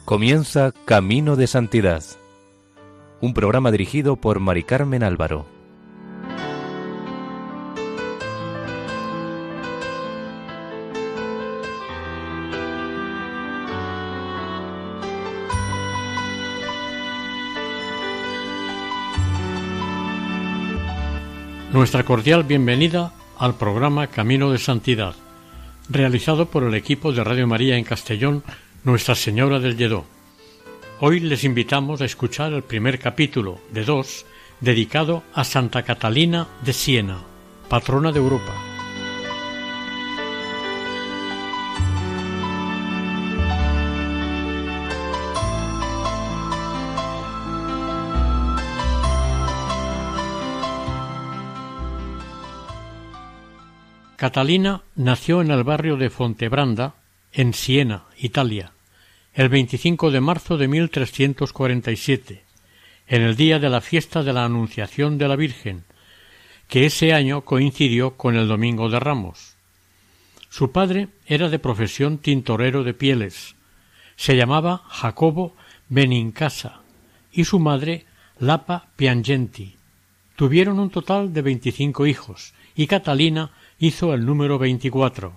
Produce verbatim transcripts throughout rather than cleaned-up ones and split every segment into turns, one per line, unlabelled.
Comienza Camino de Santidad, un programa dirigido por Mari Carmen Álvaro.
Nuestra cordial bienvenida al programa Camino de Santidad, realizado por el equipo de Radio María en Castellón, Nuestra Señora del Lledó. Hoy les invitamos a escuchar el primer capítulo de dos dedicado a Santa Catalina de Siena, patrona de Europa. Catalina nació en el barrio de Fontebranda, en Siena, Italia, el veinticinco de marzo de mil trescientos cuarenta y siete, en el día de la fiesta de la Anunciación de la Virgen, que ese año coincidió con el Domingo de Ramos. Su padre era de profesión tintorero de pieles, se llamaba Jacobo Benincasa, y su madre Lapa Piangenti. Tuvieron un total de veinticinco hijos, y Catalina hizo el número veinticuatro.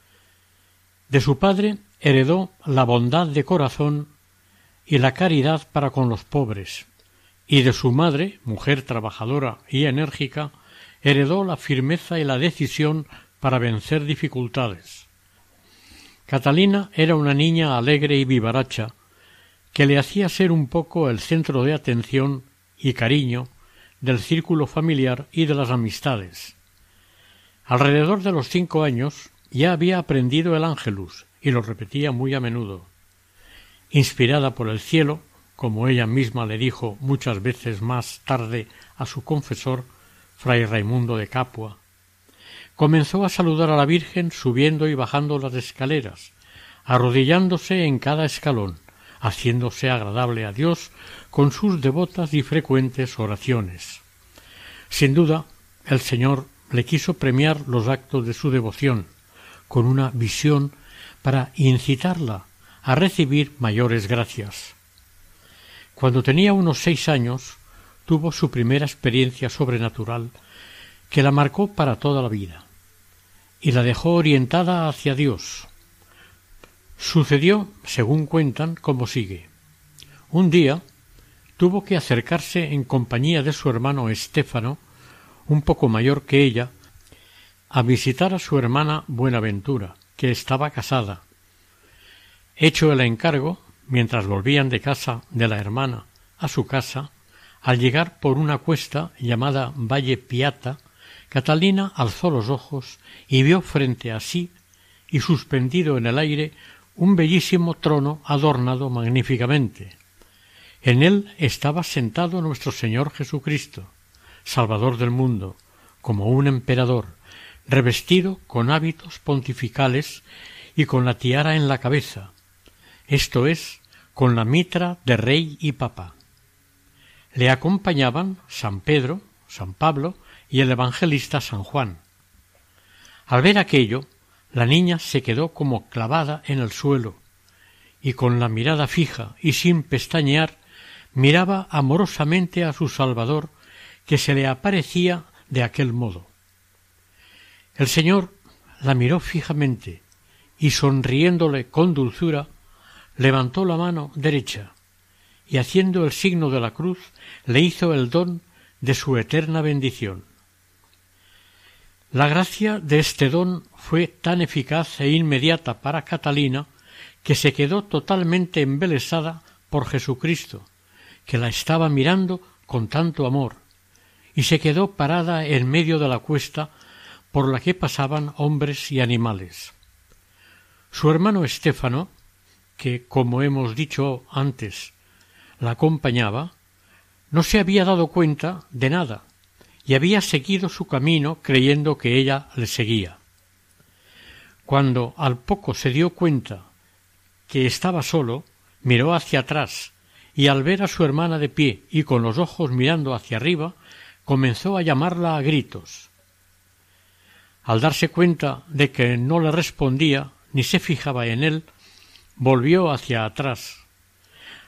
De su padre heredó la bondad de corazón y la caridad para con los pobres, y de su madre, mujer trabajadora y enérgica, heredó la firmeza y la decisión para vencer dificultades. Catalina era una niña alegre y vivaracha, que le hacía ser un poco el centro de atención y cariño del círculo familiar y de las amistades. Alrededor de los cinco años ya había aprendido el Ángelus y lo repetía muy a menudo. Inspirada por el cielo, como ella misma le dijo muchas veces más tarde a su confesor, fray Raimundo de Capua, comenzó a saludar a la Virgen subiendo y bajando las escaleras, arrodillándose en cada escalón, haciéndose agradable a Dios con sus devotas y frecuentes oraciones. Sin duda, el Señor le quiso premiar los actos de su devoción con una visión para incitarla a recibir mayores gracias. Cuando tenía unos seis años, tuvo su primera experiencia sobrenatural que la marcó para toda la vida y la dejó orientada hacia Dios. Sucedió, según cuentan, como sigue. Un día tuvo que acercarse en compañía de su hermano Estéfano, un poco mayor que ella, a visitar a su hermana Buenaventura, que estaba casada. Hecho el encargo, mientras volvían de casa de la hermana a su casa, al llegar por una cuesta llamada Valle Piata, Catalina alzó los ojos y vio frente a sí y suspendido en el aire un bellísimo trono adornado magníficamente. En él estaba sentado nuestro Señor Jesucristo, Salvador del mundo, como un emperador, revestido con hábitos pontificales y con la tiara en la cabeza, esto es, con la mitra de rey y papa. Le acompañaban San Pedro, San Pablo y el evangelista San Juan. Al ver aquello, la niña se quedó como clavada en el suelo, y con la mirada fija y sin pestañear, miraba amorosamente a su Salvador, que se le aparecía de aquel modo. El Señor la miró fijamente y, sonriéndole con dulzura, levantó la mano derecha y, haciendo el signo de la cruz, le hizo el don de su eterna bendición. La gracia de este don fue tan eficaz e inmediata para Catalina que se quedó totalmente embelesada por Jesucristo, que la estaba mirando con tanto amor, y se quedó parada en medio de la cuesta por la que pasaban hombres y animales. Su hermano Estéfano, que, como hemos dicho antes, la acompañaba, no se había dado cuenta de nada y había seguido su camino creyendo que ella le seguía. Cuando al poco se dio cuenta que estaba solo, miró hacia atrás y, al ver a su hermana de pie y con los ojos mirando hacia arriba, comenzó a llamarla a gritos. Al darse cuenta de que no le respondía ni se fijaba en él, volvió hacia atrás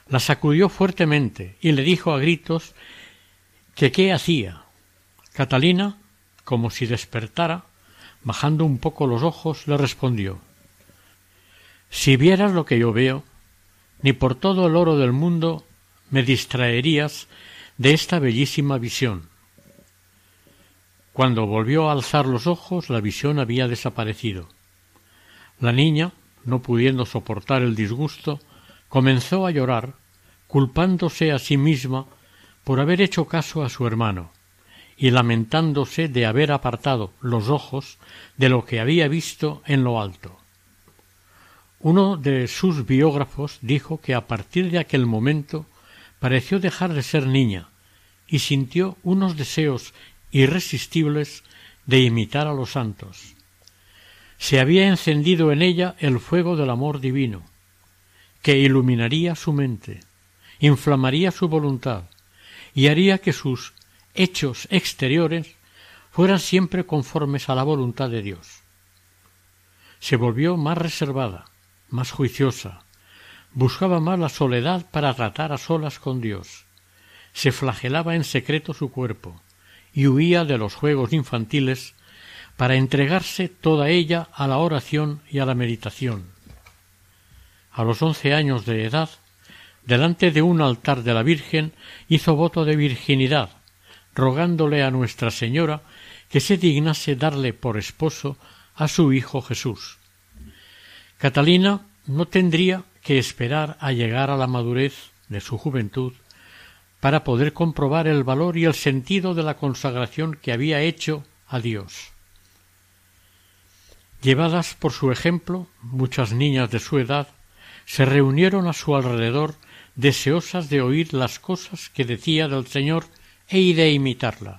La sacudió fuertemente y le dijo a gritos que qué hacía. Catalina, como si despertara, bajando un poco los ojos, le respondió: «Si vieras lo que yo veo, ni por todo el oro del mundo me distraerías de esta bellísima visión». Cuando volvió a alzar los ojos, la visión había desaparecido. La niña, no pudiendo soportar el disgusto, comenzó a llorar, culpándose a sí misma por haber hecho caso a su hermano y lamentándose de haber apartado los ojos de lo que había visto en lo alto. Uno de sus biógrafos dijo que a partir de aquel momento pareció dejar de ser niña y sintió unos deseos irresistibles de imitar a los santos. Se había encendido en ella el fuego del amor divino, que iluminaría su mente, inflamaría su voluntad y haría que sus hechos exteriores fueran siempre conformes a la voluntad de Dios. Se volvió más reservada, más juiciosa, buscaba más la soledad para tratar a solas con Dios, se flagelaba en secreto su cuerpo y huía de los juegos infantiles para entregarse toda ella a la oración y a la meditación. A los once años de edad, delante de un altar de la Virgen, hizo voto de virginidad, rogándole a Nuestra Señora que se dignase darle por esposo a su hijo Jesús. Catalina no tendría que esperar a llegar a la madurez de su juventud para poder comprobar el valor y el sentido de la consagración que había hecho a Dios. Llevadas por su ejemplo, muchas niñas de su edad se reunieron a su alrededor deseosas de oír las cosas que decía del Señor e de imitarla.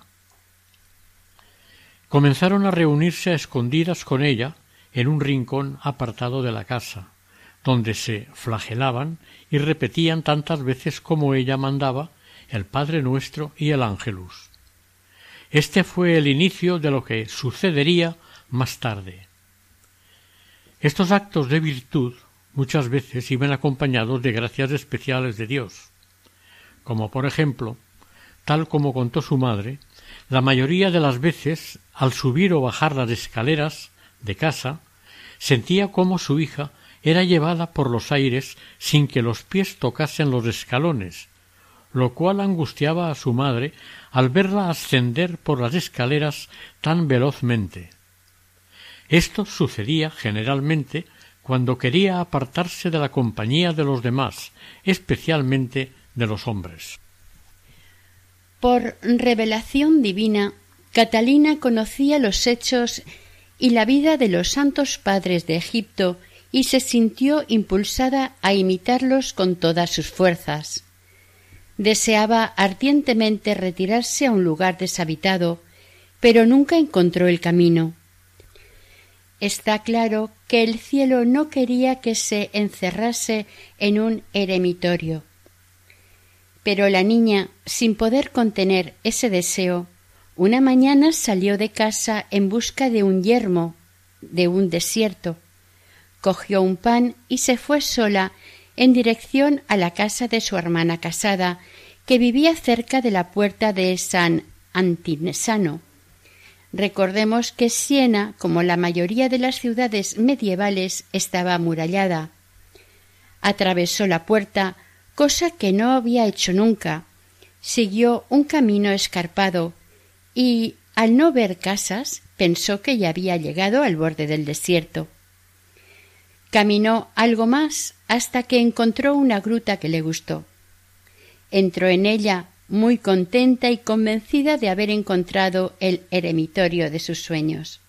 Comenzaron a reunirse a escondidas con ella en un rincón apartado de la casa, donde se flagelaban y repetían tantas veces como ella mandaba el Padre Nuestro y el Ángelus. Este fue el inicio de lo que sucedería más tarde. Estos actos de virtud muchas veces iban acompañados de gracias especiales de Dios, como por ejemplo, tal como contó su madre, la mayoría de las veces, al subir o bajar las escaleras de casa, sentía cómo su hija era llevada por los aires sin que los pies tocasen los escalones, lo cual angustiaba a su madre al verla ascender por las escaleras tan velozmente. Esto sucedía generalmente cuando quería apartarse de la compañía de los demás, especialmente de los hombres.
Por revelación divina, Catalina conocía los hechos y la vida de los santos padres de Egipto y se sintió impulsada a imitarlos con todas sus fuerzas. Deseaba ardientemente retirarse a un lugar deshabitado, pero nunca encontró el camino. Está claro que el cielo no quería que se encerrase en un eremitorio. Pero la niña, sin poder contener ese deseo, una mañana salió de casa en busca de un yermo, de un desierto. Cogió un pan y se fue sola en dirección a la casa de su hermana casada, que vivía cerca de la puerta de San Antinesano. Recordemos que Siena, como la mayoría de las ciudades medievales, estaba amurallada. Atravesó la puerta, cosa que no había hecho nunca. Siguió un camino escarpado y, al no ver casas, pensó que ya había llegado al borde del desierto. Caminó algo más hasta que encontró una gruta que le gustó. Entró en ella muy contenta y convencida de haber encontrado el eremitorio de sus sueños.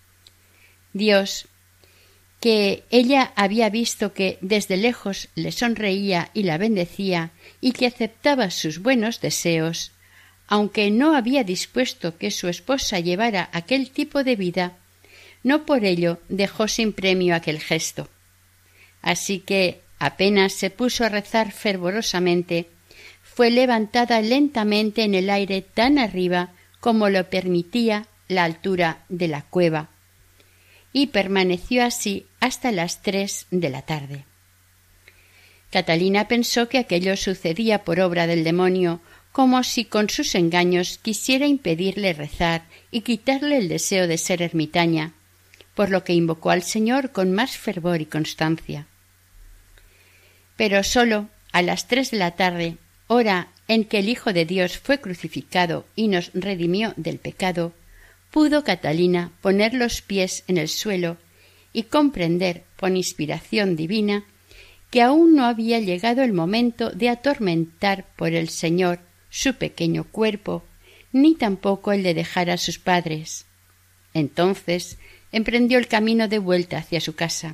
Dios, que ella había visto que desde lejos le sonreía y la bendecía y que aceptaba sus buenos deseos, aunque no había dispuesto que su esposa llevara aquel tipo de vida, no por ello dejó sin premio aquel gesto. Así que apenas se puso a rezar fervorosamente, fue levantada lentamente en el aire tan arriba como lo permitía la altura de la cueva, y permaneció así hasta las tres de la tarde. Catalina pensó que aquello sucedía por obra del demonio, como si con sus engaños quisiera impedirle rezar y quitarle el deseo de ser ermitaña, por lo que invocó al Señor con más fervor y constancia. Pero sólo a las tres de la tarde, hora en que el Hijo de Dios fue crucificado y nos redimió del pecado, pudo Catalina poner los pies en el suelo y comprender, por inspiración divina, que aún no había llegado el momento de atormentar por el Señor su pequeño cuerpo, ni tampoco el de dejar a sus padres. Entonces emprendió el camino de vuelta hacia su casa.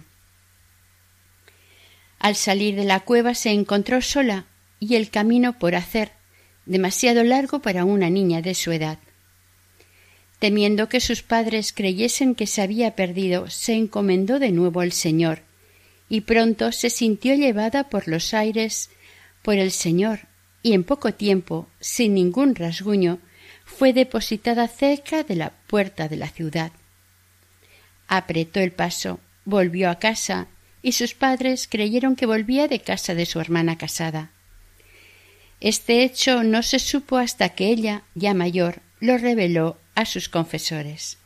Al salir de la cueva se encontró sola y el camino por hacer, demasiado largo para una niña de su edad. Temiendo que sus padres creyesen que se había perdido, se encomendó de nuevo al Señor, y pronto se sintió llevada por los aires por el Señor, y en poco tiempo, sin ningún rasguño, fue depositada cerca de la puerta de la ciudad. Apretó el paso, volvió a casa, y sus padres creyeron que volvía de casa de su hermana casada. Este hecho no se supo hasta que ella, ya mayor, lo reveló a sus confesores.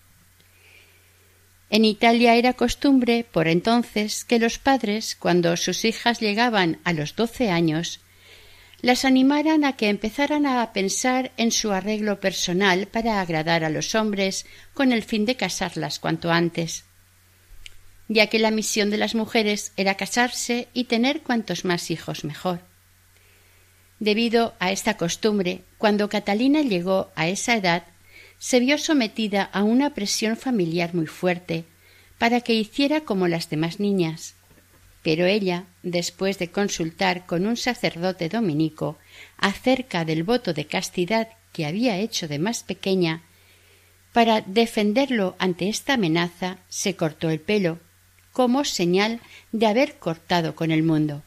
En Italia era costumbre, por entonces, que los padres, cuando sus hijas llegaban a los doce años, las animaran a que empezaran a pensar en su arreglo personal para agradar a los hombres con el fin de casarlas cuanto antes, ya que la misión de las mujeres era casarse y tener cuantos más hijos mejor. Debido a esta costumbre, cuando Catalina llegó a esa edad, se vio sometida a una presión familiar muy fuerte para que hiciera como las demás niñas. Pero ella, después de consultar con un sacerdote dominico acerca del voto de castidad que había hecho de más pequeña, para defenderlo ante esta amenaza, se cortó el pelo, como señal de haber cortado con el mundo.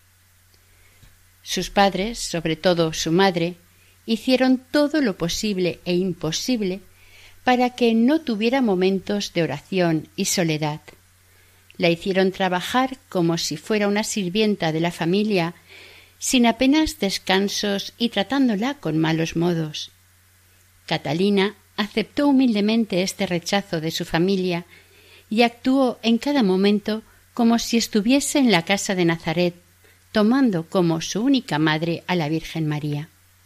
Sus padres, sobre todo su madre, hicieron todo lo posible e imposible para que no tuviera momentos de oración y soledad. La hicieron trabajar como si fuera una sirvienta de la familia, sin apenas descansos y tratándola con malos modos. Catalina aceptó humildemente este rechazo de su familia y actuó en cada momento como si estuviese en la casa de Nazaret, tomando como su única madre a la Virgen María.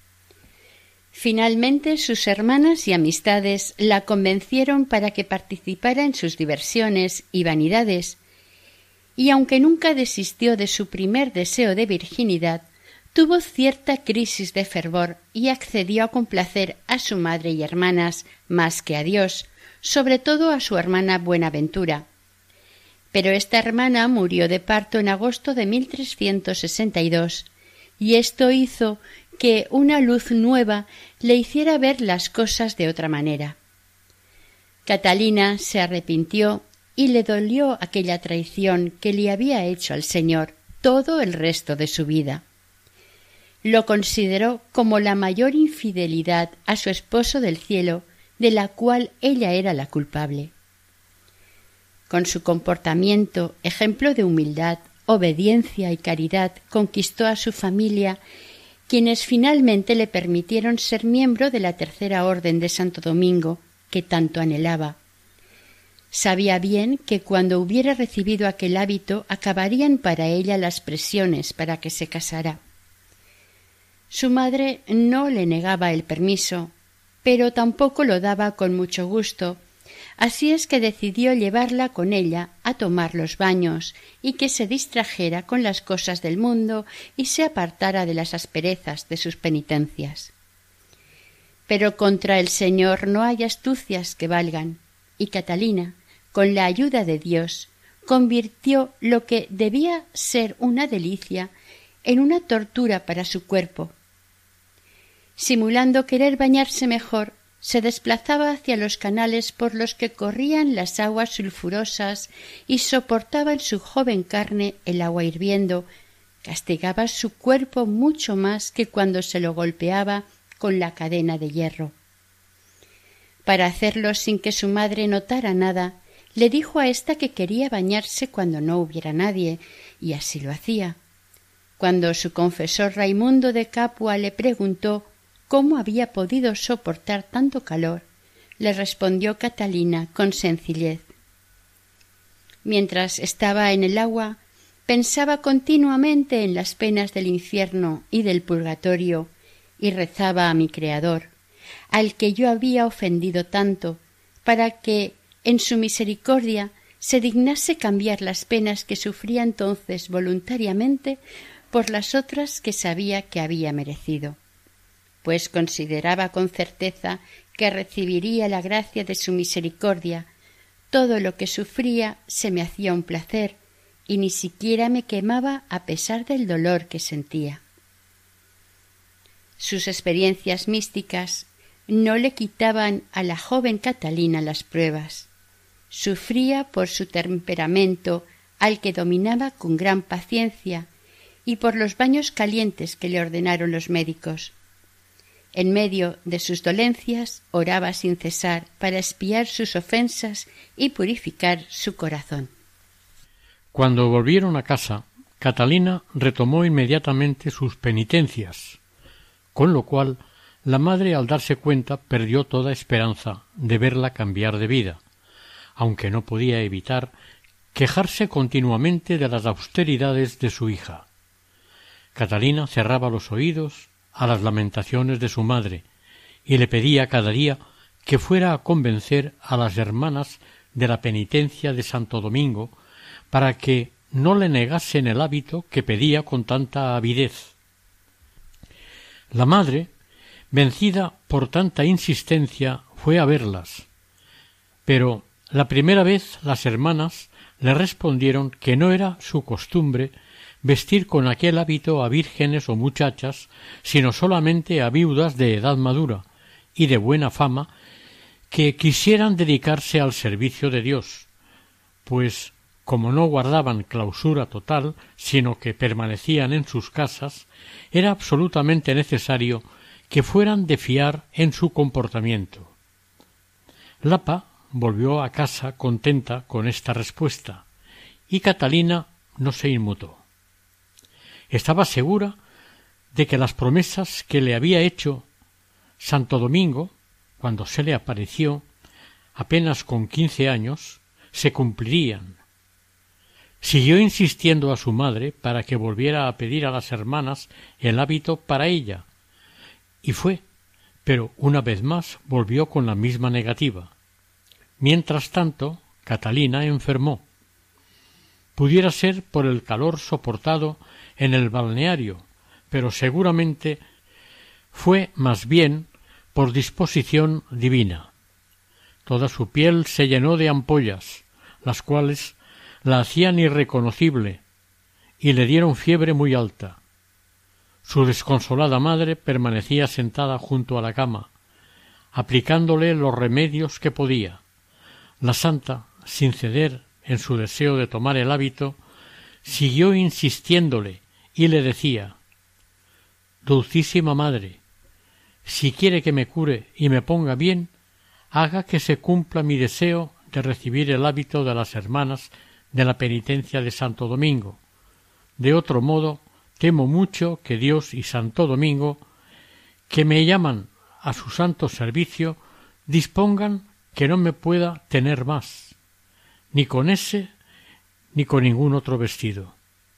Finalmente sus hermanas y amistades la convencieron para que participara en sus diversiones y vanidades, y aunque nunca desistió de su primer deseo de virginidad, tuvo cierta crisis de fervor y accedió a complacer a su madre y hermanas más que a Dios, sobre todo a su hermana Buenaventura. Pero esta hermana murió de parto en agosto de mil trescientos sesenta y dos, y esto hizo que una luz nueva le hiciera ver las cosas de otra manera. Catalina se arrepintió y le dolió aquella traición que le había hecho al Señor todo el resto de su vida. Lo consideró como la mayor infidelidad a su esposo del cielo, de la cual ella era la culpable. Con su comportamiento, ejemplo de humildad, obediencia y caridad, conquistó a su familia, quienes finalmente le permitieron ser miembro de la Tercera Orden de Santo Domingo, que tanto anhelaba. Sabía bien que cuando hubiera recibido aquel hábito acabarían para ella las presiones para que se casara. Su madre no le negaba el permiso, pero tampoco lo daba con mucho gusto, así es que decidió llevarla con ella a tomar los baños y que se distrajera con las cosas del mundo y se apartara de las asperezas de sus penitencias. Pero contra el Señor no hay astucias que valgan, y Catalina, con la ayuda de Dios, convirtió lo que debía ser una delicia en una tortura para su cuerpo. Simulando querer bañarse mejor, se desplazaba hacia los canales por los que corrían las aguas sulfurosas y soportaba en su joven carne el agua hirviendo, castigaba su cuerpo mucho más que cuando se lo golpeaba con la cadena de hierro. Para hacerlo sin que su madre notara nada, le dijo a ésta que quería bañarse cuando no hubiera nadie, y así lo hacía. Cuando su confesor Raimundo de Capua le preguntó cómo había podido soportar tanto calor, le respondió Catalina con sencillez: mientras estaba en el agua, pensaba continuamente en las penas del infierno y del purgatorio y rezaba a mi Creador, al que yo había ofendido tanto, para que, en su misericordia, se dignase cambiar las penas que sufría entonces voluntariamente por las otras que sabía que había merecido, pues consideraba con certeza que recibiría la gracia de su misericordia. Todo lo que sufría se me hacía un placer, y ni siquiera me quemaba a pesar del dolor que sentía. Sus experiencias místicas no le quitaban a la joven Catalina las pruebas. Sufría por su temperamento, al que dominaba con gran paciencia, y por los baños calientes que le ordenaron los médicos. En medio de sus dolencias oraba sin cesar para expiar sus ofensas y purificar su corazón.
Cuando volvieron a casa, Catalina retomó inmediatamente sus penitencias, con lo cual la madre, al darse cuenta, perdió toda esperanza de verla cambiar de vida, aunque no podía evitar quejarse continuamente de las austeridades de su hija. Catalina cerraba los oídos a las lamentaciones de su madre y le pedía cada día que fuera a convencer a las hermanas de la penitencia de Santo Domingo para que no le negasen el hábito que pedía con tanta avidez. La madre, vencida por tanta insistencia, fue a verlas, pero la primera vez las hermanas le respondieron que no era su costumbre vestir con aquel hábito a vírgenes o muchachas, sino solamente a viudas de edad madura y de buena fama que quisieran dedicarse al servicio de Dios, pues como no guardaban clausura total, sino que permanecían en sus casas, era absolutamente necesario que fueran de fiar en su comportamiento. Lapa volvió a casa contenta con esta respuesta, y Catalina no se inmutó. Estaba segura de que las promesas que le había hecho Santo Domingo, cuando se le apareció, apenas con quince años, se cumplirían. Siguió insistiendo a su madre para que volviera a pedir a las hermanas el hábito para ella, y fue, pero una vez más volvió con la misma negativa. Mientras tanto, Catalina enfermó. Pudiera ser por el calor soportado en el balneario, pero seguramente fue más bien por disposición divina. Toda su piel se llenó de ampollas, las cuales la hacían irreconocible y le dieron fiebre muy alta. Su desconsolada madre permanecía sentada junto a la cama, aplicándole los remedios que podía. La santa, sin ceder en su deseo de tomar el hábito, siguió insistiéndole y le decía: «Dulcísima madre, si quiere que me cure y me ponga bien, haga que se cumpla mi deseo de recibir el hábito de las hermanas de la penitencia de Santo Domingo. De otro modo, temo mucho que Dios y Santo Domingo, que me llaman a su santo servicio, dispongan que no me pueda tener más, ni con ese ni con ningún otro vestido».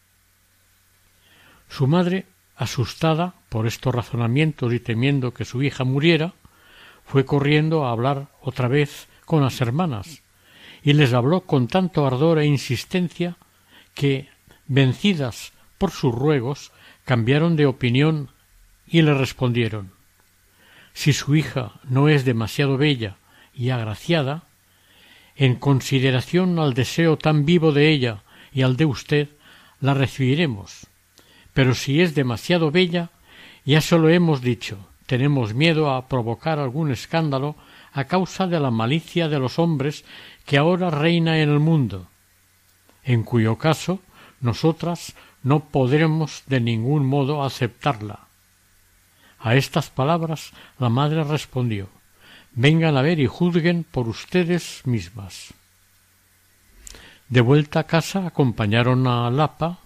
Su madre, asustada por estos razonamientos y temiendo que su hija muriera, fue corriendo a hablar otra vez con las hermanas, y les habló con tanto ardor e insistencia que, vencidas por sus ruegos, cambiaron de opinión y le respondieron: «Si su hija no es demasiado bella y agraciada, en consideración al deseo tan vivo de ella y al de usted, la recibiremos. Pero si es demasiado bella, ya se lo hemos dicho, tenemos miedo a provocar algún escándalo a causa de la malicia de los hombres que ahora reina en el mundo, en cuyo caso nosotras no podremos de ningún modo aceptarla». A estas palabras la madre respondió: «Vengan a ver y juzguen por ustedes mismas». De vuelta a casa acompañaron a Lapa,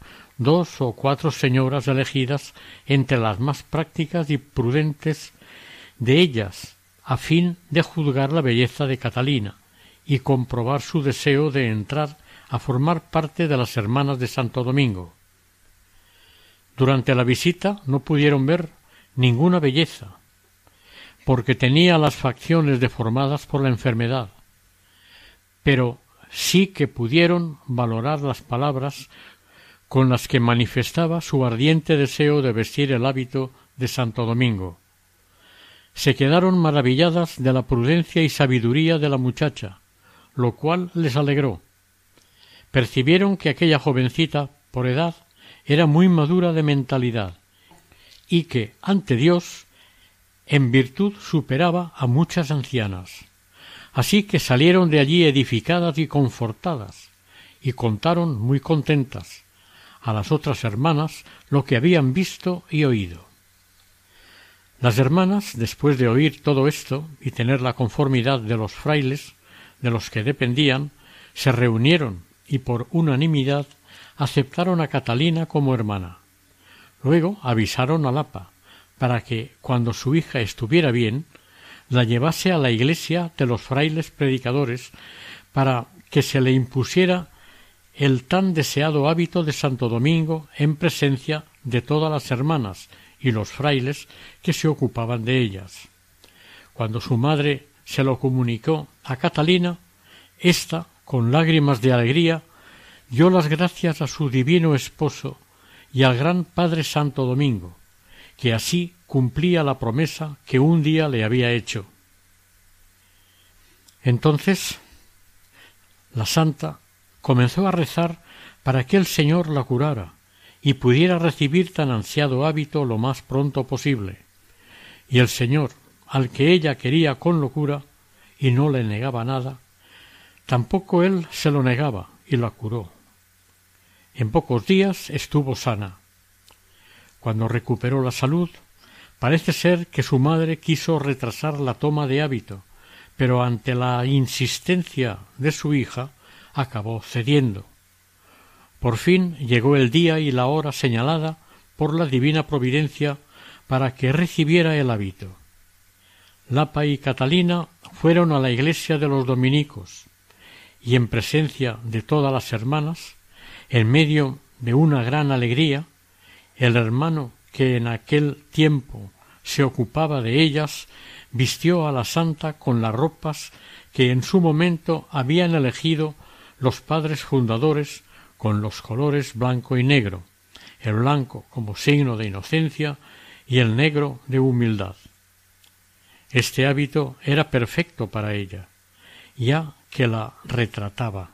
dos o cuatro señoras elegidas entre las más prácticas y prudentes de ellas, a fin de juzgar la belleza de Catalina y comprobar su deseo de entrar a formar parte de las hermanas de Santo Domingo. Durante la visita no pudieron ver ninguna belleza, porque tenía las facciones deformadas por la enfermedad, pero sí que pudieron valorar las palabras con las que manifestaba su ardiente deseo de vestir el hábito de Santo Domingo. Se quedaron maravilladas de la prudencia y sabiduría de la muchacha, lo cual les alegró. Percibieron que aquella jovencita, por edad, era muy madura de mentalidad y que, ante Dios, en virtud superaba a muchas ancianas. Así que salieron de allí edificadas y confortadas, y contaron muy contentas a las otras hermanas lo que habían visto y oído. Las hermanas, después de oír todo esto y tener la conformidad de los frailes de los que dependían, se reunieron y por unanimidad aceptaron a Catalina como hermana. Luego avisaron a Lapa para que, cuando su hija estuviera bien, la llevase a la iglesia de los frailes predicadores para que se le impusiera el tan deseado hábito de Santo Domingo en presencia de todas las hermanas y los frailes que se ocupaban de ellas. Cuando su madre se lo comunicó a Catalina, ésta, con lágrimas de alegría, dio las gracias a su divino esposo y al gran Padre Santo Domingo, que así cumplía la promesa que un día le había hecho. Entonces la santa comenzó a rezar para que el Señor la curara y pudiera recibir tan ansiado hábito lo más pronto posible. Y el Señor, al que ella quería con locura y no le negaba nada, tampoco él se lo negaba y la curó. En pocos días estuvo sana. Cuando recuperó la salud, parece ser que su madre quiso retrasar la toma de hábito, pero ante la insistencia de su hija acabó cediendo. Por fin llegó el día y la hora señalada por la divina providencia para que recibiera el hábito. Lapa y Catalina fueron a la iglesia de los dominicos y, en presencia de todas las hermanas, en medio de una gran alegría, el hermano que en aquel tiempo se ocupaba de ellas vistió a la santa con las ropas que en su momento habían elegido los padres fundadores, con los colores blanco y negro, el blanco como signo de inocencia y el negro de humildad. Este hábito era perfecto para ella, ya que la retrataba.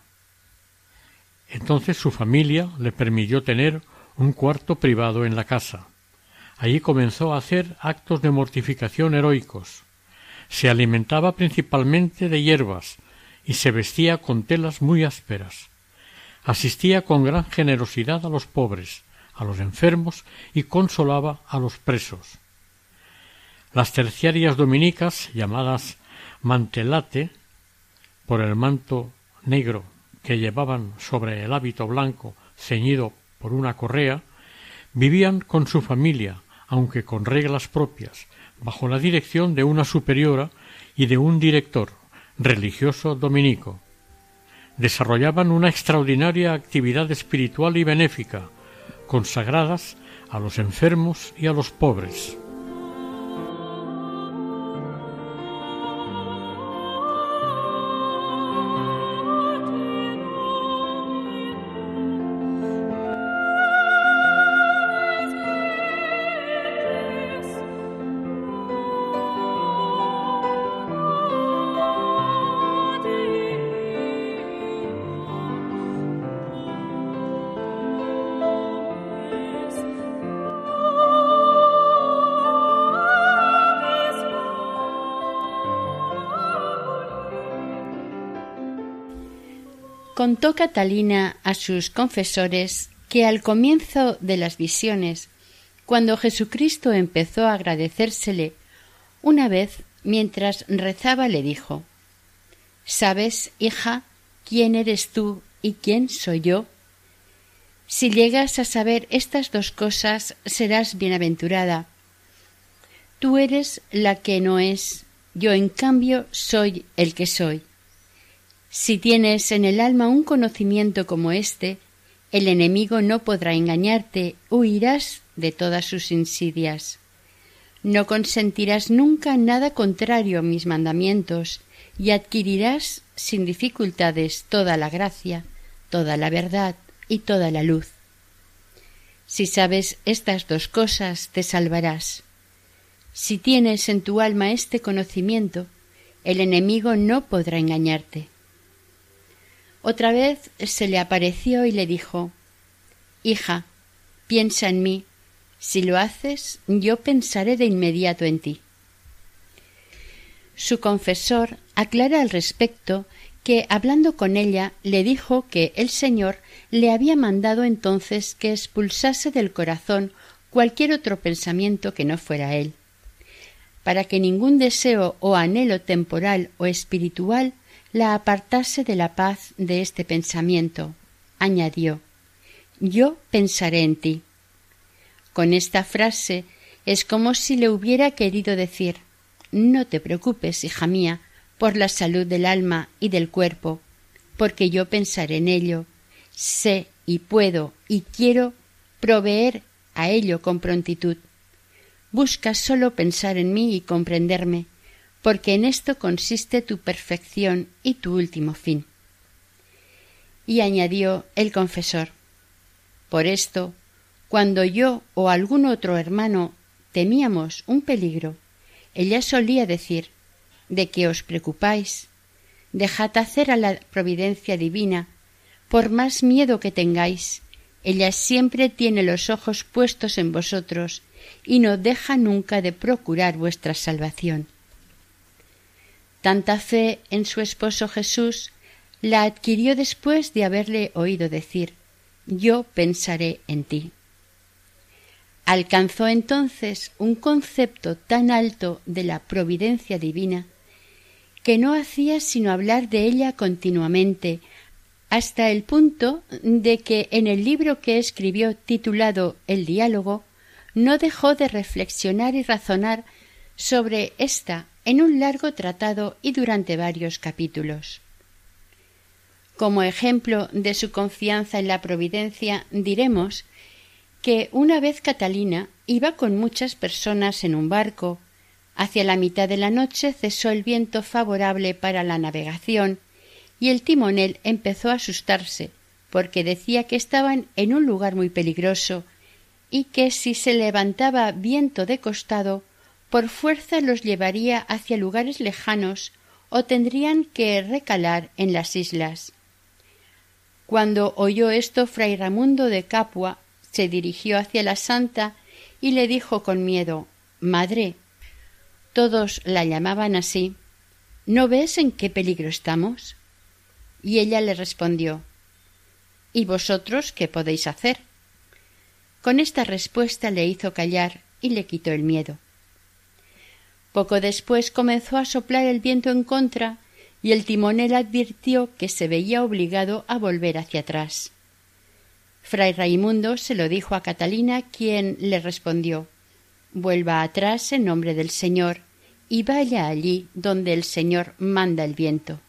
Entonces su familia le permitió tener un cuarto privado en la casa. Allí comenzó a hacer actos de mortificación heroicos. Se alimentaba principalmente de hierbas y se vestía con telas muy ásperas. Asistía con gran generosidad a los pobres, a los enfermos y consolaba a los presos. Las terciarias dominicas, llamadas mantelate, por el manto negro que llevaban sobre el hábito blanco ceñido por una correa, vivían con su familia, aunque con reglas propias, bajo la dirección de una superiora y de un director religioso dominico. Desarrollaban una extraordinaria actividad espiritual y benéfica, consagradas a los enfermos y a los pobres.
Contó Catalina a sus confesores que al comienzo de las visiones, cuando Jesucristo empezó a agradecérsele, una vez, mientras rezaba, le dijo: ¿Sabes, hija, quién eres tú y quién soy yo? Si llegas a saber estas dos cosas, serás bienaventurada. Tú eres la que no es, yo en cambio soy el que soy. Si tienes en el alma un conocimiento como este, el enemigo no podrá engañarte, huirás de todas sus insidias. No consentirás nunca nada contrario a mis mandamientos, y adquirirás sin dificultades toda la gracia, toda la verdad y toda la luz. Si sabes estas dos cosas, te salvarás. Si tienes en tu alma este conocimiento, el enemigo no podrá engañarte. Otra vez se le apareció y le dijo: Hija, piensa en mí. Si lo haces, yo pensaré de inmediato en ti. Su confesor aclara al respecto que, hablando con ella, le dijo que el Señor le había mandado entonces que expulsase del corazón cualquier otro pensamiento que no fuera él, para que ningún deseo o anhelo temporal o espiritual la apartase de la paz de este pensamiento. Añadió: yo pensaré en ti. Con esta frase es como si le hubiera querido decir: no te preocupes, hija mía, por la salud del alma y del cuerpo, porque yo pensaré en ello. Sé y puedo y quiero proveer a ello con prontitud. Busca solo pensar en mí y comprenderme, porque en esto consiste tu perfección y tu último fin. Y añadió el confesor: por esto, cuando yo o algún otro hermano temíamos un peligro, ella solía decir: ¿de qué os preocupáis? Dejad hacer a la providencia divina, por más miedo que tengáis. Ella siempre tiene los ojos puestos en vosotros y no deja nunca de procurar vuestra salvación. Tanta fe en su esposo Jesús la adquirió después de haberle oído decir: yo pensaré en ti. Alcanzó entonces un concepto tan alto de la providencia divina que no hacía sino hablar de ella continuamente, hasta el punto de que en el libro que escribió titulado El diálogo no dejó de reflexionar y razonar sobre ésta en un largo tratado y durante varios capítulos. Como ejemplo de su confianza en la providencia, diremos que una vez Catalina iba con muchas personas en un barco. Hacia la mitad de la noche cesó el viento favorable para la navegación y el timonel empezó a asustarse porque decía que estaban en un lugar muy peligroso y que si se levantaba viento de costado, por fuerza los llevaría hacia lugares lejanos o tendrían que recalar en las islas. Cuando oyó esto, fray Raimundo de Capua se dirigió hacia la santa y le dijo con miedo: Madre, todos la llamaban así, ¿no ves en qué peligro estamos? Y ella le respondió: ¿y vosotros qué podéis hacer? Con esta respuesta le hizo callar y le quitó el miedo. Poco después comenzó a soplar el viento en contra y el timonel advirtió que se veía obligado a volver hacia atrás. Fray Raimundo se lo dijo a Catalina, quien le respondió: vuelva atrás en nombre del Señor y vaya allí donde el Señor manda el viento.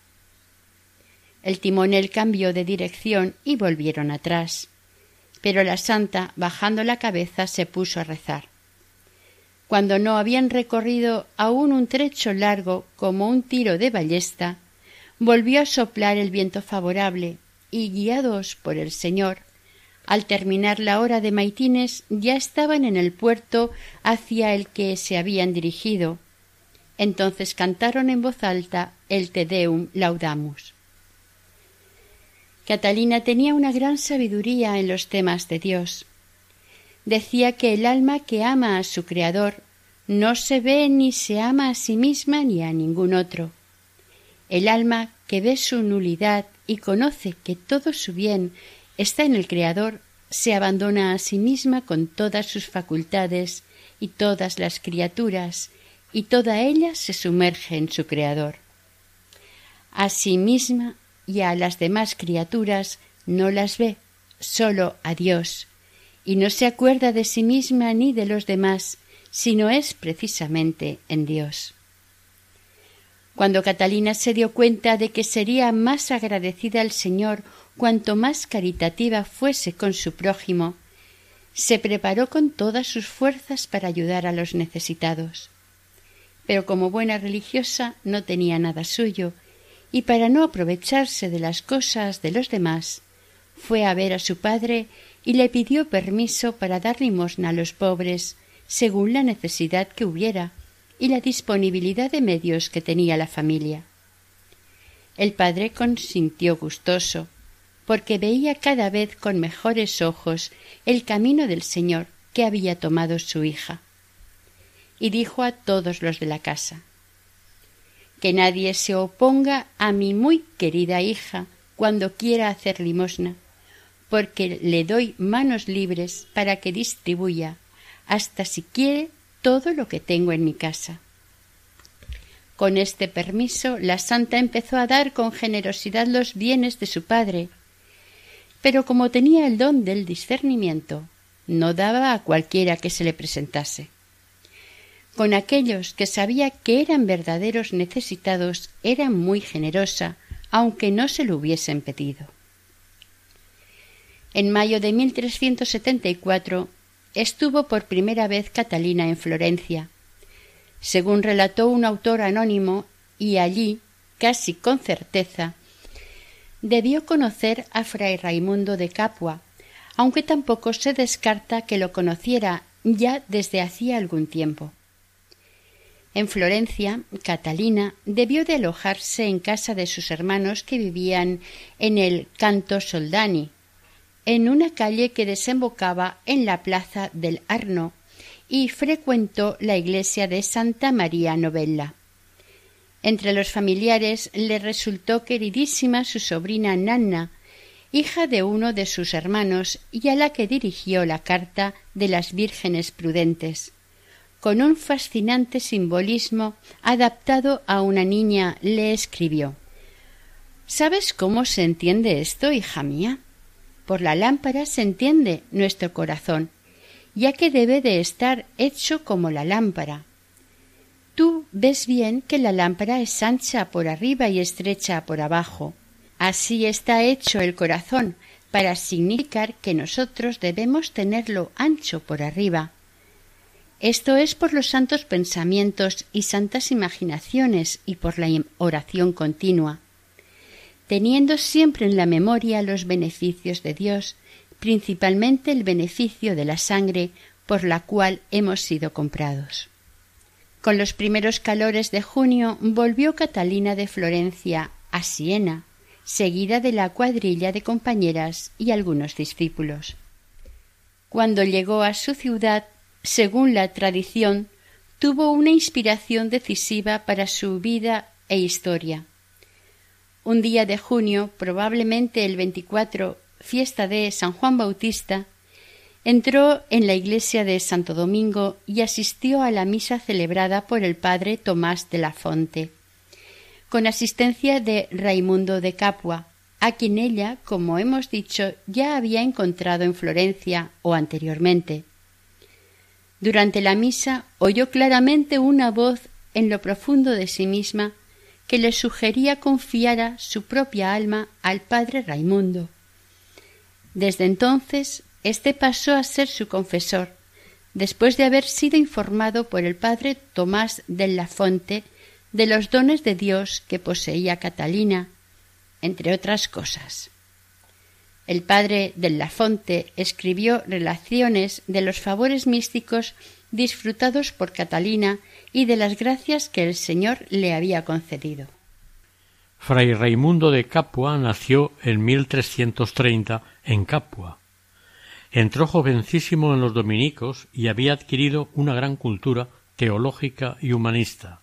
El timonel cambió de dirección y volvieron atrás, pero la santa, bajando la cabeza, se puso a rezar. Cuando no habían recorrido aún un trecho largo como un tiro de ballesta, volvió a soplar el viento favorable y, guiados por el Señor, al terminar la hora de maitines ya estaban en el puerto hacia el que se habían dirigido. Entonces cantaron en voz alta el Te Deum Laudamus. Catalina tenía una gran sabiduría en los temas de Dios. Decía que el alma que ama a su Creador no se ve ni se ama a sí misma ni a ningún otro. El alma que ve su nulidad y conoce que todo su bien está en el Creador se abandona a sí misma con todas sus facultades y todas las criaturas, y toda ella se sumerge en su Creador. A sí misma y a las demás criaturas no las ve, solo a Dios, y no se acuerda de sí misma ni de los demás, sino es precisamente en Dios. Cuando Catalina se dio cuenta de que sería más agradecida al Señor cuanto más caritativa fuese con su prójimo, se preparó con todas sus fuerzas para ayudar a los necesitados. Pero como buena religiosa no tenía nada suyo, y para no aprovecharse de las cosas de los demás, fue a ver a su padre y le pidió permiso para dar limosna a los pobres, según la necesidad que hubiera y la disponibilidad de medios que tenía la familia. El padre consintió gustoso, porque veía cada vez con mejores ojos el camino del Señor que había tomado su hija. Y dijo a todos los de la casa: que nadie se oponga a mi muy querida hija cuando quiera hacer limosna, porque le doy manos libres para que distribuya, hasta si quiere, todo lo que tengo en mi casa. Con este permiso, la santa empezó a dar con generosidad los bienes de su padre, pero como tenía el don del discernimiento, no daba a cualquiera que se le presentase. Con aquellos que sabía que eran verdaderos necesitados era muy generosa, aunque no se lo hubiesen pedido. En mayo de mil trescientos setenta y cuatro estuvo por primera vez Catalina en Florencia, según relató un autor anónimo, y allí, casi con certeza, debió conocer a fray Raimundo de Capua, aunque tampoco se descarta que lo conociera ya desde hacía algún tiempo. En Florencia, Catalina debió de alojarse en casa de sus hermanos que vivían en el Canto Soldani, en una calle que desembocaba en la plaza del Arno, y frecuentó la iglesia de Santa María Novella. Entre los familiares le resultó queridísima su sobrina Nanna, hija de uno de sus hermanos y a la que dirigió la carta de las Vírgenes Prudentes. Con un fascinante simbolismo adaptado a una niña le escribió: ¿Sabes cómo se entiende esto, hija mía? Por la lámpara se entiende nuestro corazón, ya que debe de estar hecho como la lámpara. Tú ves bien que la lámpara es ancha por arriba y estrecha por abajo. Así está hecho el corazón, para significar que nosotros debemos tenerlo ancho por arriba. Esto es por los santos pensamientos y santas imaginaciones y por la oración continua, teniendo siempre en la memoria los beneficios de Dios, principalmente el beneficio de la sangre por la cual hemos sido comprados. Con los primeros calores de junio volvió Catalina de Florencia a Siena, seguida de la cuadrilla de compañeras y algunos discípulos. Cuando llegó a su ciudad, según la tradición, tuvo una inspiración decisiva para su vida e historia. Un día de junio, probablemente el veinticuatro, fiesta de San Juan Bautista, entró en la iglesia de Santo Domingo y asistió a la misa celebrada por el padre Tomás de la Fonte, con asistencia de Raimundo de Capua, a quien ella, como hemos dicho, ya había encontrado en Florencia o anteriormente. Durante la misa oyó claramente una voz en lo profundo de sí misma que le sugería confiara su propia alma al padre Raimundo. Desde entonces, éste pasó a ser su confesor, después de haber sido informado por el padre Tomás de la Fonte de los dones de Dios que poseía Catalina, entre otras cosas. El padre de la Fonte escribió relaciones de los favores místicos disfrutados por Catalina y de las gracias que el Señor le había concedido.
Fray Raimundo de Capua nació en mil trescientos treinta en Capua. Entró jovencísimo en los dominicos y había adquirido una gran cultura teológica y humanista.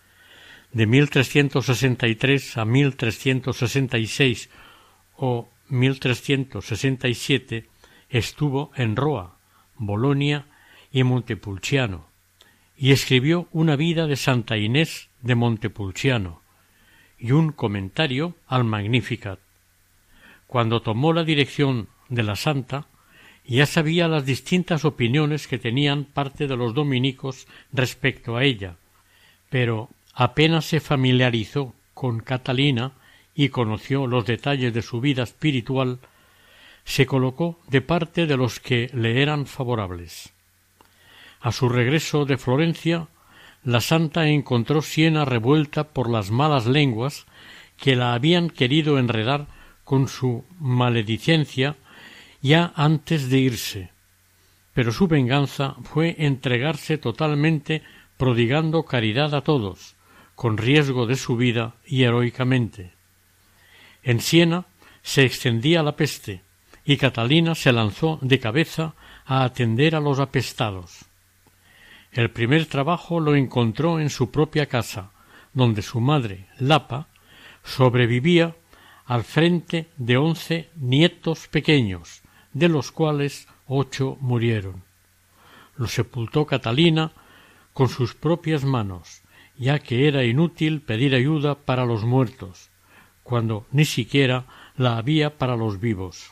De mil trescientos sesenta y tres a mil trescientos sesenta y seis o mil trescientos sesenta y siete estuvo en Roa, Bolonia y Montepulciano, y escribió una vida de Santa Inés de Montepulciano y un comentario al Magnificat. Cuando tomó la dirección de la santa, ya sabía las distintas opiniones que tenían parte de los dominicos respecto a ella, pero apenas se familiarizó con Catalina y conoció los detalles de su vida espiritual, se colocó de parte de los que le eran favorables. A su regreso de Florencia, la santa encontró Siena revuelta por las malas lenguas que la habían querido enredar con su maledicencia ya antes de irse, pero su venganza fue entregarse totalmente prodigando caridad a todos, con riesgo de su vida y heroicamente. En Siena se extendía la peste, y Catalina se lanzó de cabeza a atender a los apestados. El primer trabajo lo encontró en su propia casa, donde su madre, Lapa, sobrevivía al frente de once nietos pequeños, de los cuales ocho murieron. Los sepultó Catalina con sus propias manos, ya que era inútil pedir ayuda para los muertos, cuando ni siquiera la había para los vivos.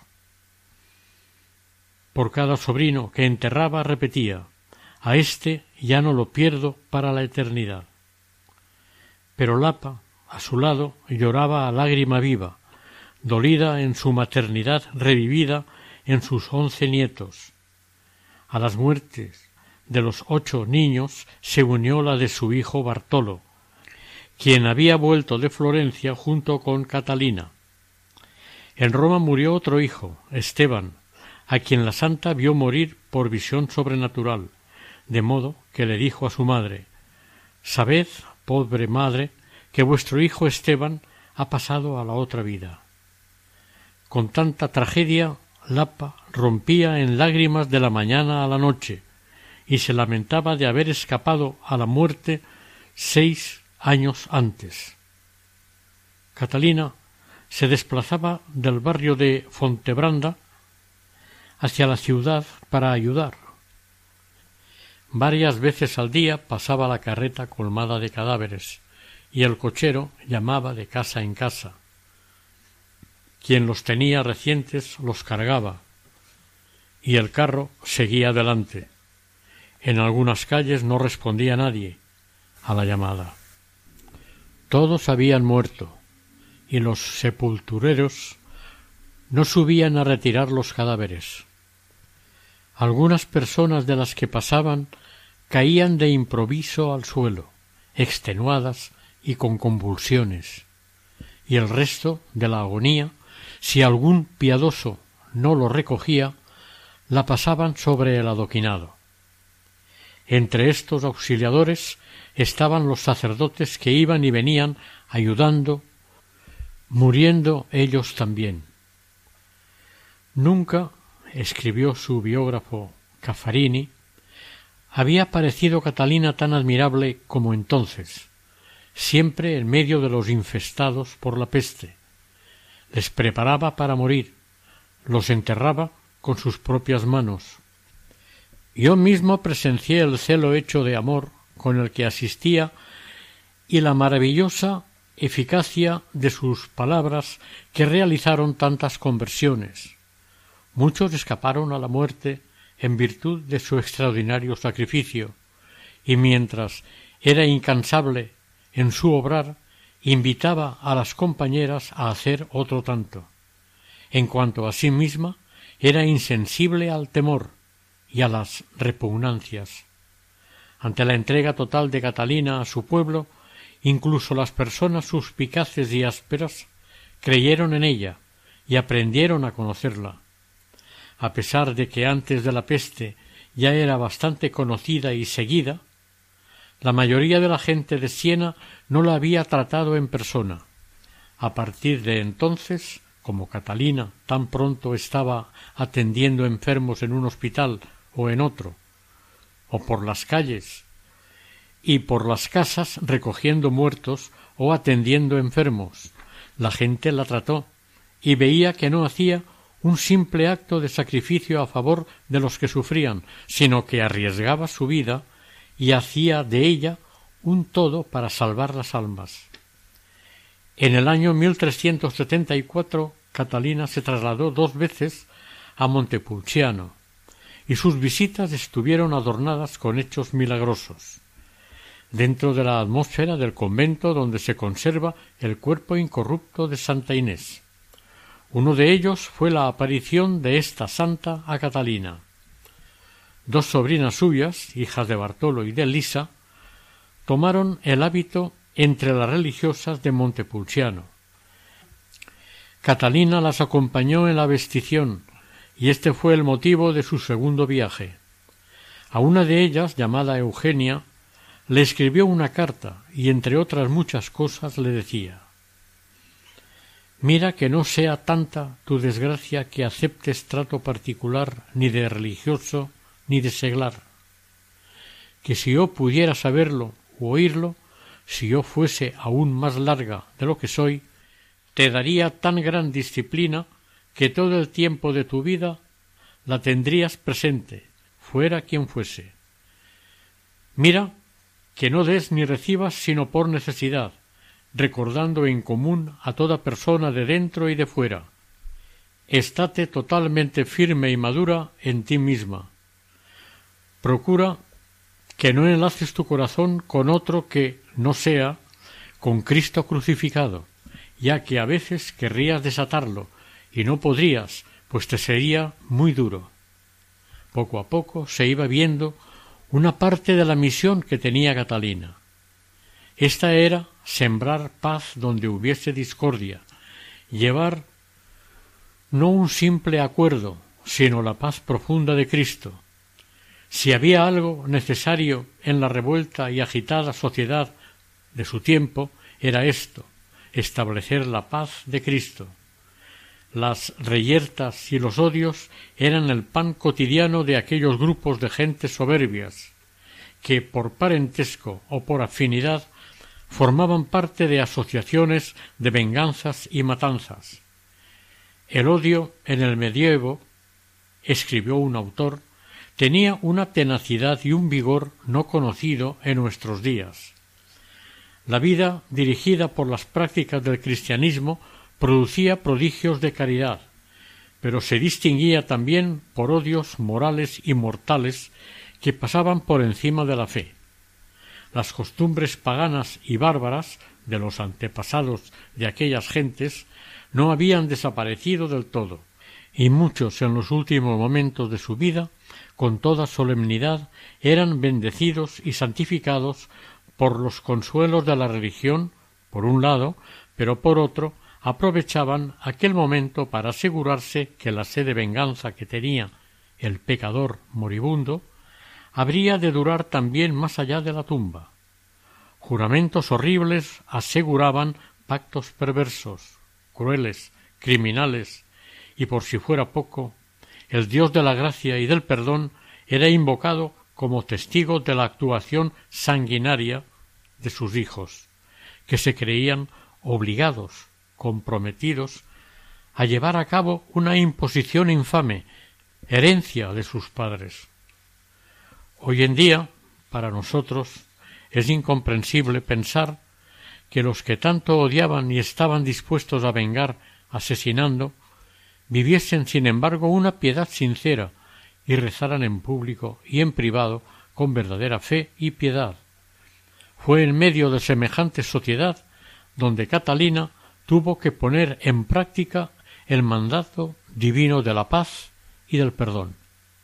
Por cada sobrino que enterraba repetía: a éste ya no lo pierdo para la eternidad. Pero Lapa, a su lado, lloraba a lágrima viva, dolida en su maternidad revivida en sus once nietos. A las muertes de los ocho niños se unió la de su hijo Bartolo, quien había vuelto de Florencia junto con Catalina. En Roma murió otro hijo, Esteban, a quien la santa vio morir por visión sobrenatural, de modo que le dijo a su madre: «Sabed, pobre madre, que vuestro hijo Esteban ha pasado a la otra vida». Con tanta tragedia, Lapa rompía en lágrimas de la mañana a la noche y se lamentaba de haber escapado a la muerte seis años antes. Catalina se desplazaba del barrio de Fontebranda hacia la ciudad para ayudar. Varias veces al día pasaba la carreta colmada de cadáveres y el cochero llamaba de casa en casa. Quien los tenía recientes los cargaba y el carro seguía adelante. En algunas calles no respondía nadie a la llamada. Todos habían muerto y los sepultureros no subían a retirar los cadáveres. Algunas personas de las que pasaban caían de improviso al suelo, extenuadas y con convulsiones, y el resto de la agonía, si algún piadoso no lo recogía, la pasaban sobre el adoquinado. Entre estos auxiliadores estaban los sacerdotes que iban y venían ayudando, muriendo ellos también. Nunca, escribió su biógrafo Caffarini, había parecido Catalina tan admirable como entonces, siempre en medio de los infestados por la peste. Les preparaba para morir, los enterraba con sus propias manos. Yo mismo presencié el celo hecho de amor con el que asistía y la maravillosa eficacia de sus palabras que realizaron tantas conversiones. Muchos escaparon a la muerte en virtud de su extraordinario sacrificio, y mientras era incansable en su obrar, invitaba a las compañeras a hacer otro tanto. En cuanto a sí misma, era insensible al temor y a las repugnancias. Ante la entrega total de Catalina a su pueblo, incluso las personas suspicaces y ásperas creyeron en ella y aprendieron a conocerla. A pesar de que antes de la peste ya era bastante conocida y seguida, la mayoría de la gente de Siena no la había tratado en persona. A partir de entonces, como Catalina tan pronto estaba atendiendo enfermos en un hospital o en otro, o por las calles y por las casas recogiendo muertos o atendiendo enfermos, la gente la trató y veía que no hacía un simple acto de sacrificio a favor de los que sufrían, sino que arriesgaba su vida y hacía de ella un todo para salvar las almas. En el año mil trescientos setenta y cuatro, Catalina se trasladó dos veces a Montepulciano, y sus visitas estuvieron adornadas con hechos milagrosos. Dentro de la atmósfera del convento donde se conserva el cuerpo incorrupto de Santa Inés. Uno de ellos fue la aparición de esta santa a Catalina. Dos sobrinas suyas, hijas de Bartolo y de Elisa, tomaron el hábito entre las religiosas de Montepulciano. Catalina las acompañó en la vestición, y este fue el motivo de su segundo viaje. A una de ellas, llamada Eugenia, le escribió una carta y, entre otras muchas cosas, le decía: «Mira que no sea tanta tu desgracia que aceptes trato particular ni de religioso ni de seglar, que si yo pudiera saberlo u oírlo, si yo fuese aún más larga de lo que soy, te daría tan gran disciplina que todo el tiempo de tu vida la tendrías presente, fuera quien fuese. Mira que no des ni recibas sino por necesidad, recordando en común a toda persona de dentro y de fuera. Estate totalmente firme y madura en ti misma. Procura que no enlaces tu corazón con otro que no sea con Cristo crucificado, ya que a veces querrías desatarlo y no podrías, pues te sería muy duro». Poco a poco se iba viendo una parte de la misión que tenía Catalina. Esta era sembrar paz donde hubiese discordia, llevar no un simple acuerdo, sino la paz profunda de Cristo. Si había algo necesario en la revuelta y agitada sociedad de su tiempo, era esto: establecer la paz de Cristo. Las reyertas y los odios eran el pan cotidiano de aquellos grupos de gentes soberbias, que por parentesco o por afinidad formaban parte de asociaciones de venganzas y matanzas. El odio en el medievo, escribió un autor, tenía una tenacidad y un vigor no conocido en nuestros días. La vida dirigida por las prácticas del cristianismo producía prodigios de caridad, pero se distinguía también por odios morales y mortales que pasaban por encima de la fe. Las costumbres paganas y bárbaras de los antepasados de aquellas gentes no habían desaparecido del todo, y muchos en los últimos momentos de su vida, con toda solemnidad, eran bendecidos y santificados por los consuelos de la religión, por un lado, pero por otro, aprovechaban aquel momento para asegurarse que la sed de venganza que tenía el pecador moribundo habría de durar también más allá de la tumba. Juramentos horribles aseguraban pactos perversos, crueles, criminales, y por si fuera poco, el Dios de la gracia y del perdón era invocado como testigo de la actuación sanguinaria de sus hijos, que se creían obligados, comprometidos, a llevar a cabo una imposición infame, herencia de sus padres. Hoy en día, para nosotros, es incomprensible pensar que los que tanto odiaban y estaban dispuestos a vengar asesinando, viviesen sin embargo una piedad sincera y rezaran en público y en privado con verdadera fe y piedad. Fue en medio de semejante sociedad donde Catalina tuvo que poner en práctica el mandato divino de la paz y del perdón.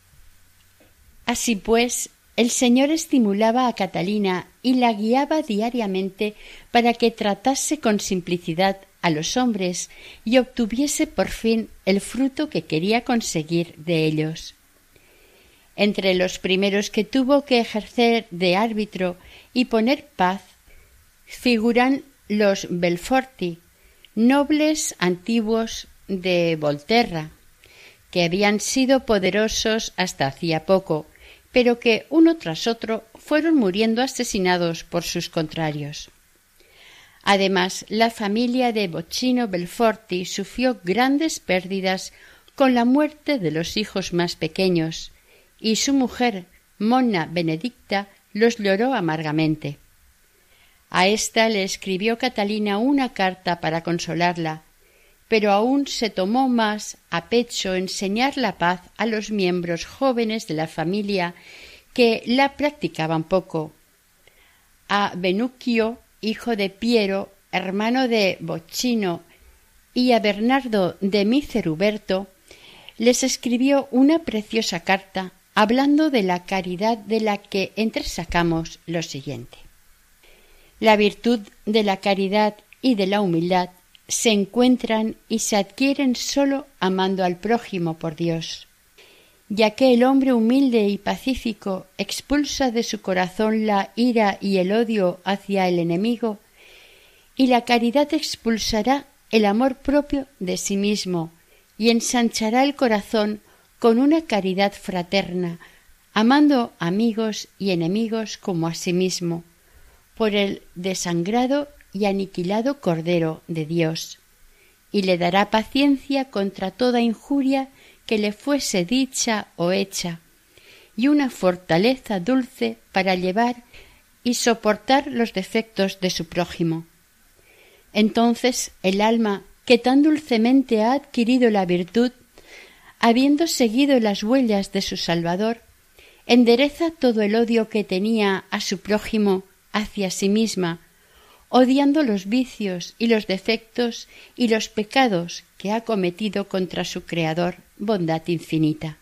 Así pues, el Señor estimulaba a Catalina y la guiaba diariamente para que tratase con simplicidad a los hombres y obtuviese por fin el fruto que quería conseguir de ellos. Entre los primeros que tuvo que ejercer de árbitro y poner paz figuran los Belforti, nobles antiguos de Volterra, que habían sido poderosos hasta hacía poco, pero que uno tras otro fueron muriendo asesinados por sus contrarios. Además, la familia de Boccino Belforti sufrió grandes pérdidas con la muerte de los hijos más pequeños, y su mujer, Monna Benedicta, los lloró amargamente. A ésta le escribió Catalina una carta para consolarla, pero aún se tomó más a pecho enseñar la paz a los miembros jóvenes de la familia que la practicaban poco. A Benuccio, hijo de Piero, hermano de Boccino, y a Bernardo de Miceruberto, les escribió una preciosa carta hablando de la caridad, de la que entresacamos lo siguiente. La virtud de la caridad y de la humildad se encuentran y se adquieren sólo amando al prójimo por Dios, ya que el hombre humilde y pacífico expulsa de su corazón la ira y el odio hacia el enemigo, y la caridad expulsará el amor propio de sí mismo y ensanchará el corazón con una caridad fraterna, amando amigos y enemigos como a sí mismo, por el desangrado y aniquilado Cordero de Dios, y le dará paciencia contra toda injuria que le fuese dicha o hecha, y una fortaleza dulce para llevar y soportar los defectos de su prójimo. Entonces el alma, que tan dulcemente ha adquirido la virtud, habiendo seguido las huellas de su Salvador, endereza todo el odio que tenía a su prójimo hacia sí misma, odiando los vicios y los defectos y los pecados que ha cometido contra su Creador, bondad infinita.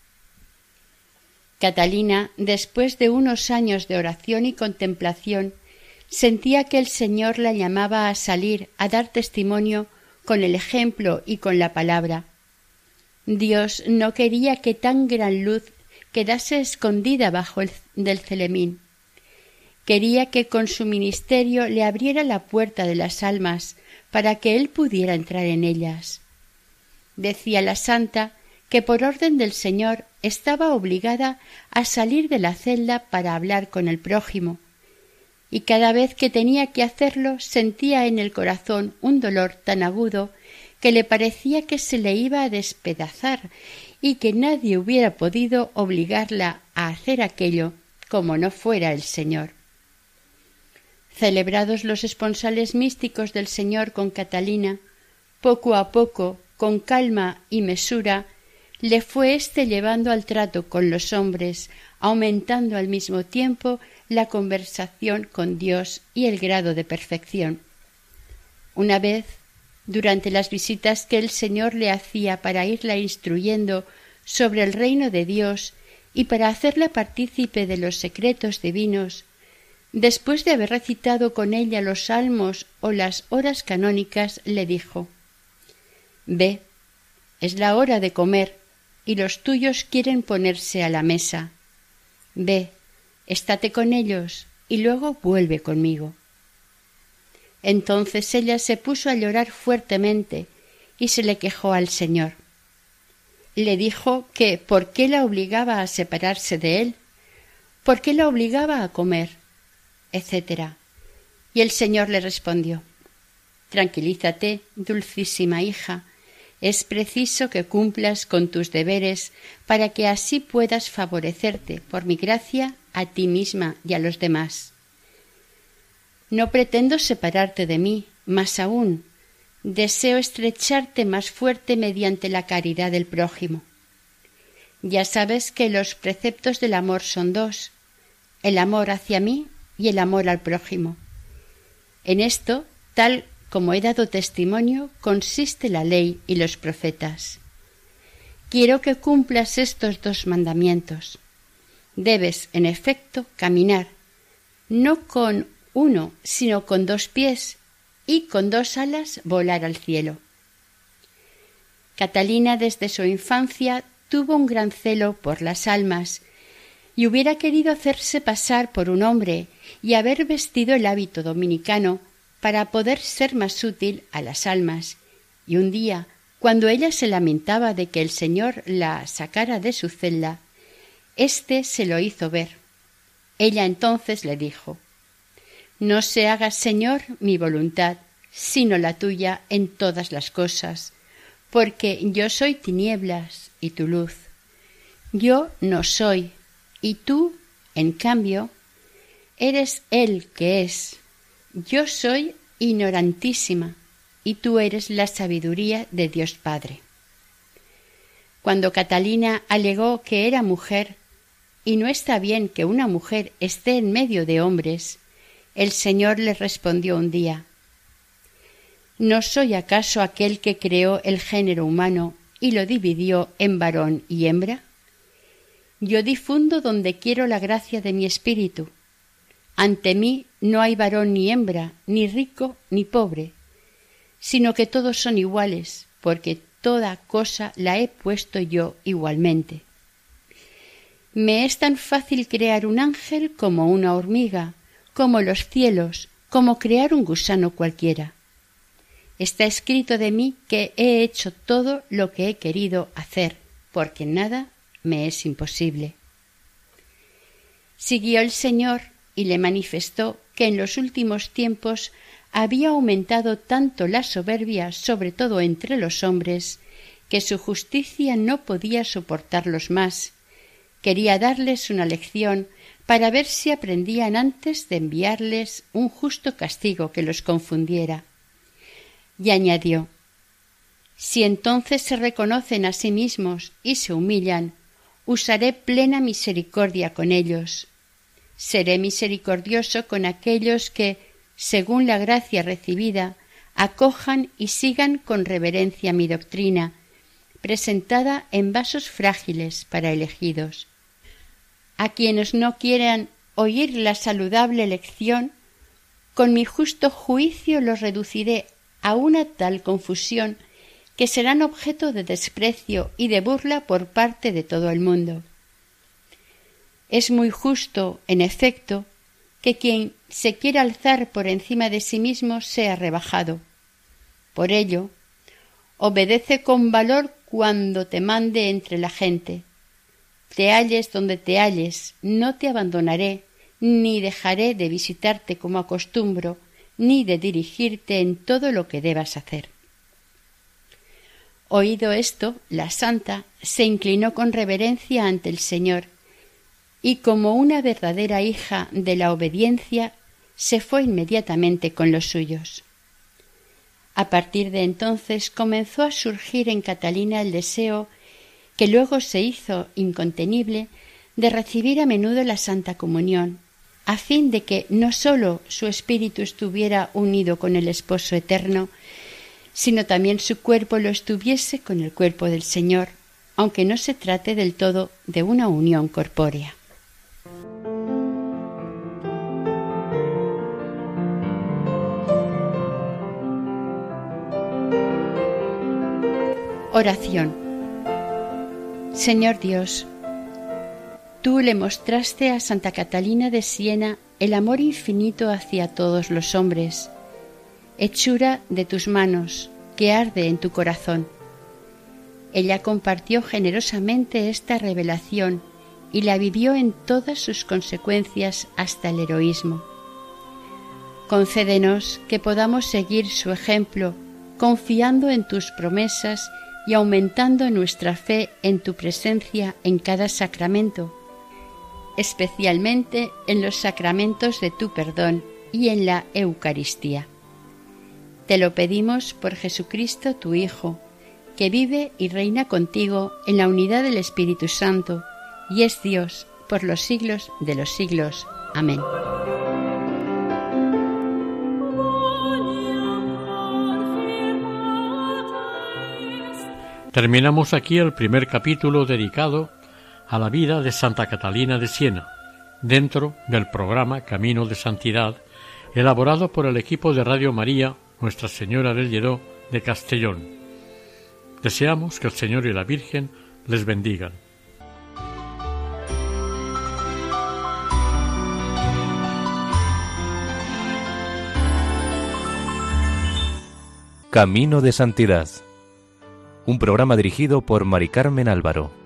Catalina, después de unos años de oración y contemplación, sentía que el Señor la llamaba a salir a dar testimonio con el ejemplo y con la palabra. Dios no quería que tan gran luz quedase escondida bajo el del celemín. Quería que con su ministerio le abriera la puerta de las almas para que él pudiera entrar en ellas. Decía la santa que por orden del Señor estaba obligada a salir de la celda para hablar con el prójimo, y cada vez que tenía que hacerlo sentía en el corazón un dolor tan agudo que le parecía que se le iba a despedazar y que nadie hubiera podido obligarla a hacer aquello como no fuera el Señor. Celebrados los esponsales místicos del Señor con Catalina, poco a poco, con calma y mesura, le fue éste llevando al trato con los hombres, aumentando al mismo tiempo la conversación con Dios y el grado de perfección. Una vez, durante las visitas que el Señor le hacía para irla instruyendo sobre el reino de Dios y para hacerla partícipe de los secretos divinos, después de haber recitado con ella los salmos o las horas canónicas, le dijo: «Ve, es la hora de comer y los tuyos quieren ponerse a la mesa. Ve, estate con ellos y luego vuelve conmigo». Entonces ella se puso a llorar fuertemente y se le quejó al Señor. Le dijo que por qué la obligaba a separarse de él, por qué la obligaba a comer, etcétera. Y el Señor le respondió: «Tranquilízate, dulcísima hija, es preciso que cumplas con tus deberes para que así puedas favorecerte, por mi gracia, a ti misma y a los demás. No pretendo separarte de mí, más aún, deseo estrecharte más fuerte mediante la caridad del prójimo. Ya sabes que los preceptos del amor son dos, el amor hacia mí y el amor al prójimo. En esto, tal como he dado testimonio, consiste la ley y los profetas. Quiero que cumplas estos dos mandamientos. Debes, en efecto, caminar, no con uno, sino con dos pies, y con dos alas volar al cielo». Catalina desde su infancia tuvo un gran celo por las almas, y hubiera querido hacerse pasar por un hombre y haber vestido el hábito dominicano para poder ser más útil a las almas, y un día, cuando ella se lamentaba de que el Señor la sacara de su celda, éste se lo hizo ver. Ella entonces le dijo: «No se haga, Señor, mi voluntad, sino la tuya en todas las cosas, porque yo soy tinieblas y tu luz. Yo no soy, y tú, en cambio, eres Él que es. Yo soy ignorantísima, y tú eres la sabiduría de Dios Padre. Cuando Catalina alegó que era mujer, y no está bien que una mujer esté en medio de hombres, el Señor le respondió un día: ¿No soy acaso aquel que creó el género humano y lo dividió en varón y hembra? Yo difundo donde quiero la gracia de mi espíritu. Ante mí no hay varón ni hembra, ni rico ni pobre, sino que todos son iguales, porque toda cosa la he puesto yo igualmente. Me es tan fácil crear un ángel como una hormiga, como los cielos, como crear un gusano cualquiera. Está escrito de mí que he hecho todo lo que he querido hacer, porque nada me es imposible. Siguió el Señor y le manifestó que en los últimos tiempos había aumentado tanto la soberbia, sobre todo entre los hombres, que su justicia no podía soportarlos más. Quería darles una lección para ver si aprendían antes de enviarles un justo castigo que los confundiera. Y añadió: si entonces se reconocen a sí mismos y se humillan, usaré plena misericordia con ellos. Seré misericordioso con aquellos que, según la gracia recibida, acojan y sigan con reverencia mi doctrina, presentada en vasos frágiles para elegidos. A quienes no quieran oír la saludable lección, con mi justo juicio los reduciré a una tal confusión que serán objeto de desprecio y de burla por parte de todo el mundo. Es muy justo, en efecto, que quien se quiera alzar por encima de sí mismo sea rebajado. Por ello, obedece con valor cuando te mande entre la gente. Te halles donde te halles, no te abandonaré, ni dejaré de visitarte como acostumbro, ni de dirigirte en todo lo que debas hacer. Oído esto, la santa se inclinó con reverencia ante el Señor, y como una verdadera hija de la obediencia, se fue inmediatamente con los suyos. A partir de entonces comenzó a surgir en Catalina el deseo, que luego se hizo incontenible, de recibir a menudo la Santa Comunión, a fin de que no sólo su espíritu estuviera unido con el Esposo eterno, sino también su cuerpo lo estuviese con el cuerpo del Señor, aunque no se trate del todo de una unión corpórea. Oración. Señor Dios, tú le mostraste a Santa Catalina de Siena el amor infinito hacia todos los hombres, hechura de tus manos, que arde en tu corazón. Ella compartió generosamente esta revelación y la vivió en todas sus consecuencias hasta el heroísmo. Concédenos que podamos seguir su ejemplo, confiando en tus promesas y aumentando nuestra fe en tu presencia en cada sacramento, especialmente en los sacramentos de tu perdón y en la Eucaristía. Te lo pedimos por Jesucristo, tu Hijo, que vive y reina contigo en la unidad del Espíritu Santo, y es Dios por los siglos de los siglos. Amén.
Terminamos aquí el primer capítulo dedicado a la vida de Santa Catalina de Siena, dentro del programa Camino de Santidad, elaborado por el equipo de Radio María Nuestra Señora del Lledó de Castellón. Deseamos que el Señor y la Virgen les bendigan.
Camino de Santidad, un programa dirigido por Mari Carmen Álvaro.